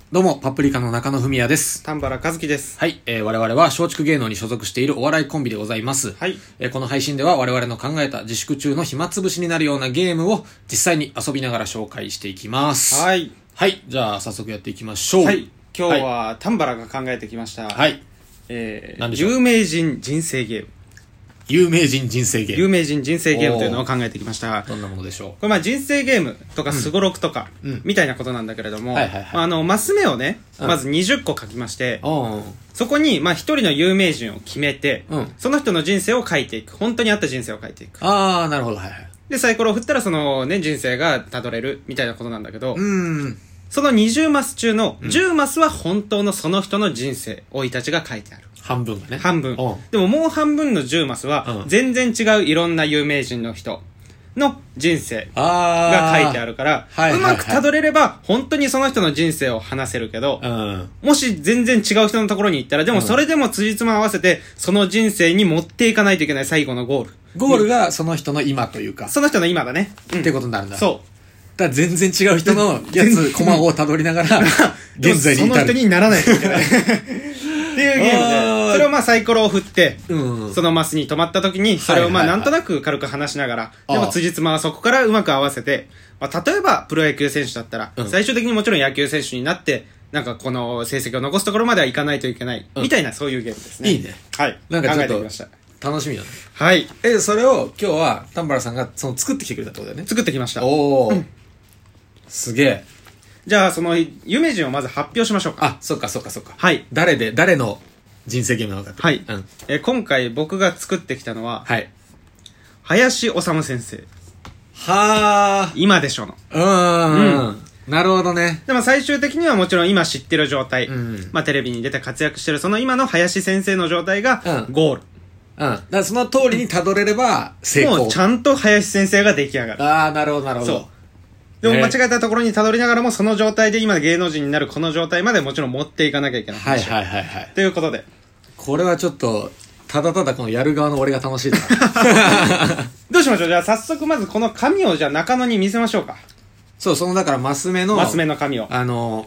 どうも、パプリカの中野文也です。 丹原和樹です。 はい、我々は松竹芸能に所属しているお笑いコンビでございます。 はい。 この配信では我々の考えた自粛中の暇つぶしになるようなゲームを実際に遊びながら紹介していきます。 はい。 はい、じゃあ早速やっていきましょう。 はい。今日は丹原が考えてきました。 はい。 何でしょう。有名人人生ゲーム。 有名人人生ゲーム。 有名人人生ゲームというのを考えてきました。 どんなものでしょう。 これまあ人生ゲームとかすごろくとか、みたいなことなんだけれども、 はいはいはい。 マス目をね、まず20個書きまして、そこにまあ一人の有名人を決めて、その人の人生を書いていく。本当にあった人生を書いていく。 ああ、なるほど、はいはい。 で、サイコロを振ったらそのね、人生がたどれるみたいなことなんだけど、その20マス中の10マスは本当のその人の人生、生い立ちが書いてある。 半分がね。 半分。でももう半分の10マスは、全然違ういろんな有名人の人の人生が書いてあるから、うまくたどれれば、本当にその人の人生を話せるけど、もし全然違う人のところに行ったら、でもそれでも辻褄合わせて、その人生に持っていかないといけない最後のゴール。 ゴールがその人の今というか。 その人の今だね。 ってことになるんだ。 そう。 だから全然違う人のやつ、コマをたどりながら、現在に至る。 その人にならないといけない。っていうゲームで、それをまあサイコロを振って、そのマスに止まった時に、それをまあなんとなく軽く話しながら、でも辻褄はそこからうまく合わせて、まあ例えばプロ野球選手だったら、最終的にもちろん野球選手になって、なんかこの成績を残すところまではいかないといけない、みたいなそういうゲームですね。 いいね。 はい。 なんかちょっと考えてきました。 楽しみだね。 はい。 それを今日は丹原さんがその作ってきてくれたってことだよね。 作ってきました。 おー。すげえ。 じゃあその有名人をまず発表しましょうか。 あ、そっかそっかそっか。 はい。 誰の人生ゲームなのかって。 はい。今回僕が作ってきたのは、 はい。 林修先生。 はー。 今でしょの。 なるほどね。 でも最終的にはもちろん今知ってる状態。まあテレビに出て活躍してるその今の林先生の状態がゴール。 だからその通りに辿れれば成功。 もうちゃんと林先生が出来上がる。 あー、なるほどなるほど。そう。 でも間違えたところに辿りながらもその状態で今芸能人になるこの状態までもちろん持っていかなきゃいけない。 はいはいはいはい。 ということで。 これはちょっと、ただただこのやる側の俺が楽しいな。 どうしましょう。じゃあ早速まずこの紙をじゃあ中野に見せましょうか。 そう、だからマス目の。 マス目の紙を。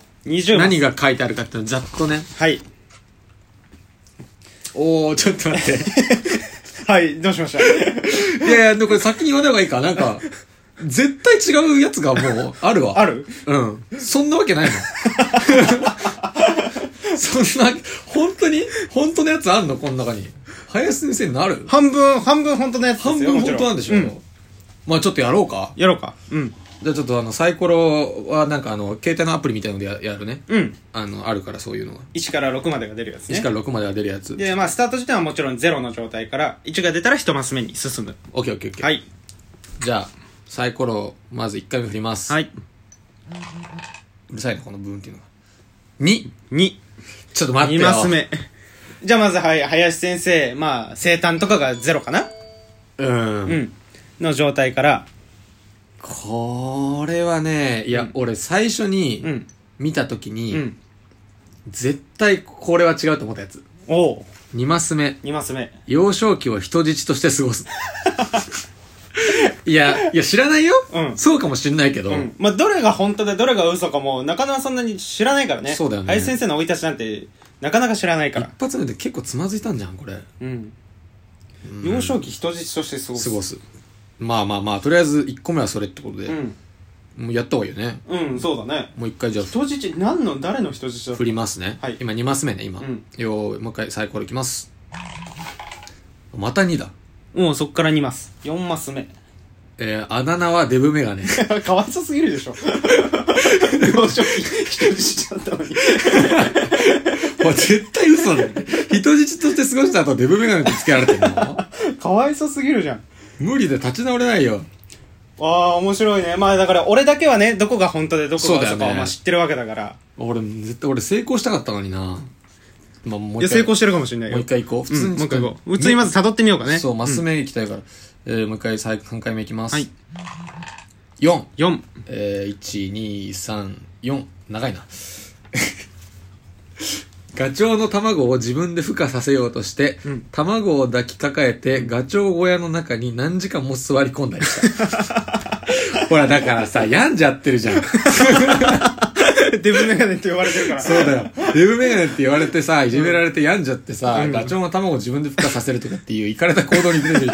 20何が書いてあるかっていうのざっとね。 はい。 おー、ちょっと待って。 はい、どうしましたいやいや、でもこれ先に言わない方がいいか。なんか、絶対違うやつがもう、あるわ。 ある？ そんなわけないの。そんな、本当のやつあんのこの中に。林先生になる？ 半分本当のやつですよ。 半分本当なんでしょ。まあちょっとやろうか。 やろうか。 じゃあちょっとサイコロはなんか携帯のアプリみたいのでやるね。あるからそういうのが。 1から6までが出るやつね。 1から6までが出るやつ。 で、まあスタート時点はもちろん0の状態から、1が出たら1マス目に進む。 オッケーオッケーオッケー。 はい。 じゃあ、サイコロをまず1回目振ります。 はい。 うるさいな、この部分っていうのが。2。ちょっと待ってよ。 2マス目。じゃあまず、はい、林先生、まあ、生誕とかが0かな？の状態から。 これはね、いや、俺最初に見たときに、絶対これは違うと思ったやつ。2マス目。 2マス目。 幼少期を人質として過ごす。いや、知らないよ。そうかもしんないけど。 まあ、どれが本当でどれが嘘かも、なかなかそんなに知らないからね。 そうだよね。 林先生の生い立ちなんて、なかなか知らないから。 一発目で結構つまずいたんじゃん、これ。 幼少期人質として過ごす。 まあ、とりあえず1個目はそれってことで。もうやった方がいいよね。 そうだね。 もう一回じゃあ。 人質、誰の人質だ？ 振りますね。 はい。 今2マス目ね、今。もう一回サイコロいきます。また2だ。 もうそっから2マス。4マス目。 あだ名はデブメガネ。 かわいそうすぎるでしょ。幼少期人質だったのに。 絶対嘘だよ。人質として過ごした後デブメガネってつけられてるの？ かわいそうすぎるじゃん。 無理で立ち直れないよ。 面白いね。まあだから俺だけはね、どこが本当でどこが嘘かを知ってるわけだから。 絶対成功したかったのにな。まあ、もういや、成功してるかもしれないよ。 もう一回行こう。普通に、 もう一回行こう。普通にまず辿ってみようかね。 そう、マス目行きたいから。もう一回3回目行きます。 はい。 4。 1、 2、3、4。長いな。ガチョウの卵を自分で孵化させようとして、卵を抱きかかえて、ガチョウ小屋の中に何時間も座り込んだりした。ほら、だからさ、病んじゃってるじゃん。 デブメガネって言われてるから。 そうだよ。デブメガネって言われてさ、いじめられて病んじゃってさ、ガチョウの卵を自分で孵化させるとかっていうイカれた行動に出てる。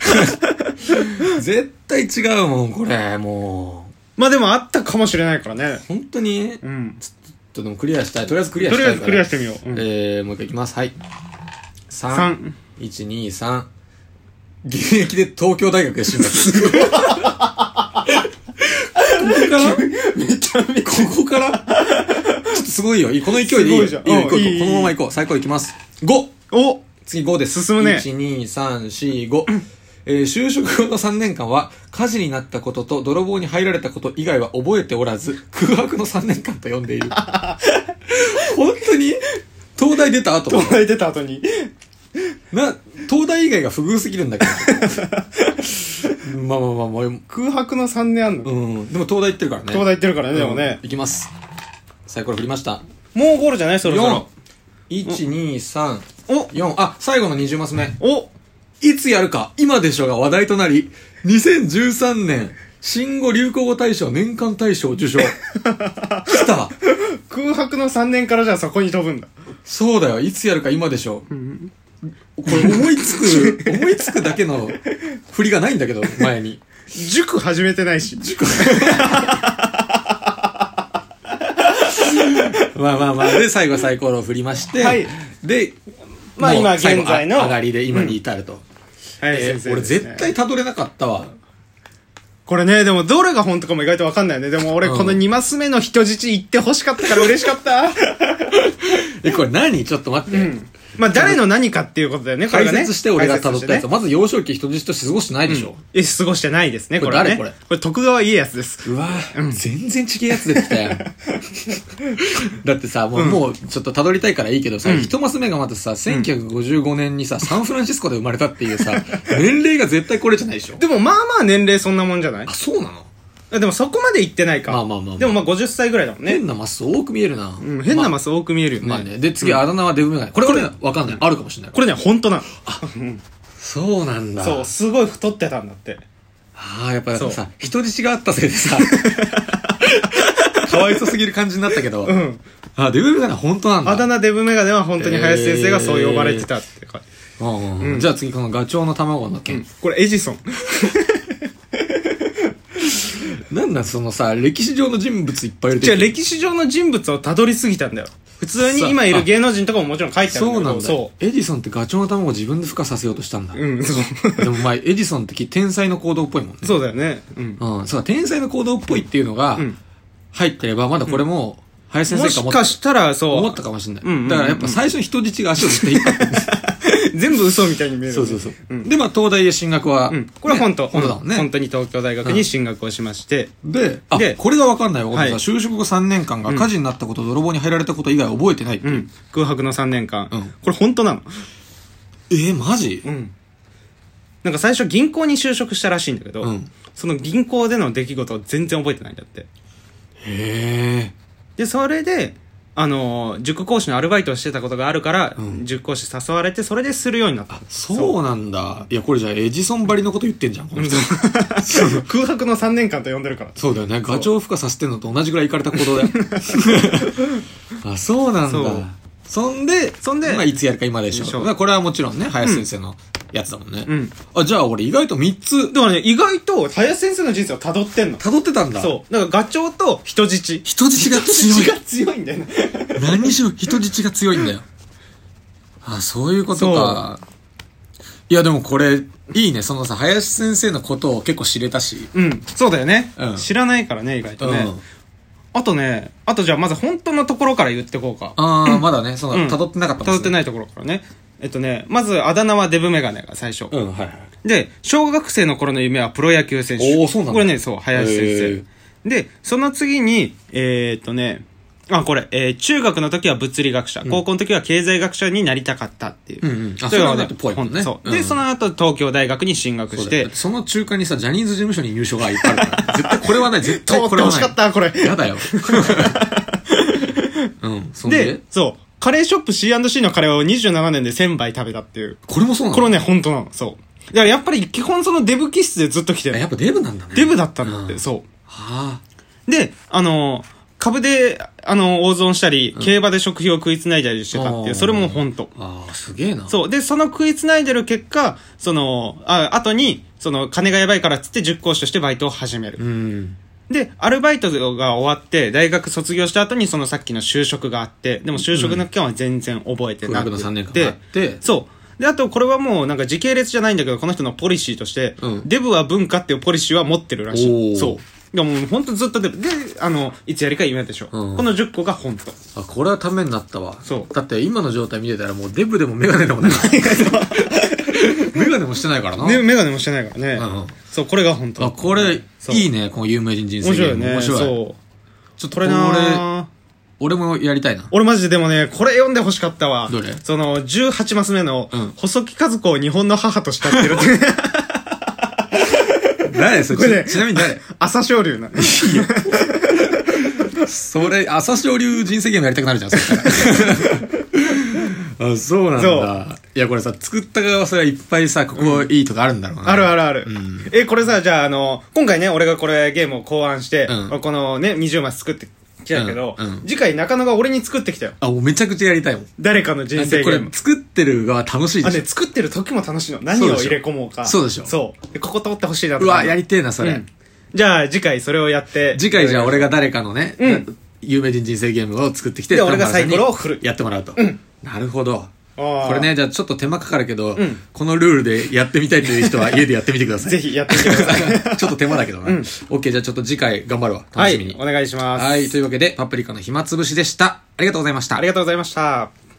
絶対違うもん、これ、もう。まあでもあったかもしれないからね。 本当にうん。 ちょっとでもクリアしたい。とりあえずクリアしたい。 とりあえずクリアしてみよう。 もう一回いきます。はい。3。1、2、3。現役で東京大学で進学。すごい。 めちゃめちゃ。 ここからちょっとすごいよ。この勢いでいい。いいじゃん。いいよ、このまま行こう。最高いきます。5! お次5です。 進むね。 1、2、3、4、5。就職後の3年間は、火事になったことと泥棒に入られたこと以外は覚えておらず、空白の3年間と呼んでいる。本当に東大出た後東大出た後に東大以外が不遇すぎるんだけど。まあ、 空白の3年あんの。 うん。でも東大行ってるからね。 東大行ってるからね、でもね。 いきます。サイコロ振りました。 もうゴールじゃないそろそろ。 4。1、2、3。 お 4。あ、最後の20マス目。 おいつやるか、今でしょが話題となり、2013年、新語・流行語大賞年間大賞受賞。来た。 空白の3年からじゃあそこに飛ぶんだ。 そうだよ。いつやるか今でしょ。これ思いつくだけの振りがないんだけど、前に。 塾始めてないし。 まあ。で、最後サイコロを振りまして。 はい。 で、 まあ今現在の上がりで今に至ると。 はい、先生。 俺絶対たどれなかったわ。 これね、でもどれが本当かも意外とわかんないよね。でも俺この2マス目の人質行って欲しかったから嬉しかった。 これ何？ちょっと待って。 まあ誰の何かっていうことだよね、これがね。 解説して俺が辿ったやつ。まず幼少期人質として過ごしてないでしょ。 過ごしてないですね、これね。 これ徳川家康です。 うわぁ、全然違えやつ出てきたよ。だってさ、もうちょっと辿りたいからいいけどさ、一マス目がまたさ、1955年にさ、サンフランシスコで生まれたっていうさ、年齢が絶対これじゃないでしょ。 でもまあまあ年齢そんなもんじゃない？ あ、そうなの？ でもそこまで行ってないか。 まあ。 でもまあ50歳ぐらいだもんね。 変なマス多く見えるな。 変なマス多く見えるよね。 まあね。で、次、あだ名はデブメガネ。これね、わかんない。あるかもしれない。 これね、ほんとなの。 あ、そうなんだ。 そう、すごい太ってたんだって。 ああ、やっぱさ、人質があったせいでさ、かわいそすぎる感じになったけど。あ、デブメガネは本当なんだ。 あだ名デブメガネは本当に林先生がそう呼ばれてたって感じ。 じゃあ次、このガチョウの卵の件。 これエジソン。 なんだそのさ、歴史上の人物いっぱいいる。 じゃあ歴史上の人物をたどりすぎたんだよ。普通に今いる芸能人とかももちろん書いてあるんだけど。 そうなんだ。そう。エジソンってガチョウの卵を自分で孵化させようとしたんだ。 そう。 でもまあ、エジソンって天才の行動っぽいもんね。 そうだよね。 そう、天才の行動っぽいっていうのが、入ってれば、まだこれも、林先生がもしかしたら、そう。 思ったかもしれない。だからやっぱ最初に人質が足をずっと引っ張ってる。 全部嘘みたいに見える。 そう。で、まあ、東大へ進学は。 これは本当だもんね。 本当に東京大学に進学をしまして。 で、これがわかんないわ。就職後3年間が火事になったこと、泥棒に入られたこと以外覚えてない。 空白の3年間。これ本当なの。 マジ？ なんか最初銀行に就職したらしいんだけど、その銀行での出来事を全然覚えてないんだって。 へー。 で、それで、塾講師のアルバイトをしてたことがあるから、塾講師誘われて、それでするようになった。 そうなんだ。いや、これじゃあエジソンばりのこと言ってんじゃん、この人。 空白の3年間と呼んでるから。 そうだよね。ガチョウを孵化させてんのと同じぐらい行かれた行動だよ。あ、そうなんだ。そんで、まあ、いつやるか今でしょ。これはもちろんね、林先生のやつだもんね。あ、じゃあ俺意外と3つ。 だからね、意外と林先生の人生を辿ってんの。 辿ってたんだ。 そう。だからガチョウと人質。 人質が強い。 人質が強いんだよね。 何にしろ人質が強いんだよ。あ、そういうことか。いやでもこれ、いいね。そのさ、林先生のことを結構知れたし。 そうだよね。知らないからね、意外とね。あとじゃあまず本当のところから言ってこうか。 まだね、辿ってなかったもんね。 辿ってないところからね。まずあだ名はデブメガネが最初。で、小学生の頃の夢はプロ野球選手。 そうなんだ。 これね、そう、林先生。で、その次に、これ、中学の時は物理学者、高校の時は経済学者になりたかったっていう。 それはね、ぽいもんね。 そう。で、その後東京大学に進学して。 その中間にさ、ジャニーズ事務所に入所がいっぱいあるから。絶対これはない、絶対これはない。 通ってほしかった、これ。 やだよ。 で、そう。カレーショップ C&C のカレーを27年で1000杯食べたっていう。 これもそうなの？ これね、本当なの。そう。だからやっぱり基本そのデブ気質でずっと来てる。 やっぱデブなんだね。 デブだったんだって、そう。 はで、 株で、大損したり、競馬で食費を食いつないだりしてたっていう、それも本当。 ああ、すげえな。 そう。で、その食いつないでる結果、後に、金がやばいからっつって塾講師としてバイトを始める。で、アルバイトが終わって、大学卒業した後にさっきの就職があって、でも就職の期間は全然覚えてなくて。 空白の3年間があって。 そう。で、あと、これはもうなんか時系列じゃないんだけど、この人のポリシーとして、デブは文化っていうポリシーは持ってるらしい。そう。でも本当ずっとデブ。で、いつやりか夢でしょ。この10個が本当。 あ、これはためになったわ。 そう。 だって今の状態見てたらもうデブでもメガネでもないから。メガネもしてないからな。 ね、メガネもしてないからね。そう、これが本当。 あ、これ、いいね、この有名人人生ゲーム。 面白いね。そう。 ちょっとこれ俺もやりたいな。 俺マジでもね、これ読んで欲しかったわ。 どれ 18マス目の、細木和子を日本の母と慕ってるって。 誰それちなみに誰朝青龍な。 それ、朝青龍人生ゲームやりたくなるじゃん、そしたら。あ、そうなんだ。いや、これさ、作った側はそれはいっぱいさ、ここいいとかあるんだろうな。 ある。これさ、じゃあ今回ね、俺がこれゲームを考案して、このね、20マス作ってきたけど、次回中野が俺に作ってきたよ。 あ、もうめちゃくちゃやりたいもん。 誰かの人生ゲーム。 これ作ってる側楽しいでしょ。 作ってる時も楽しいの。何を入れ込もうか。 そうでしょ。 そう。で、ここ通ってほしいなと。 うわ、やりてえな、それ。 じゃあ次回それをやって。 次回じゃあ俺が誰かのね、有名人人生ゲームを作ってきて、 で、俺がサイコロを振る。 やってもらうと。なるほど。これね、じゃあちょっと手間かかるけど、このルールでやってみたいという人は家でやってみてください。 ぜひやってみてください。 ちょっと手間だけどな。OK、じゃあちょっと次回頑張るわ。楽しみに。 はい、お願いします。 はい、というわけで、パプリカの暇つぶしでした。ありがとうございました。 ありがとうございました。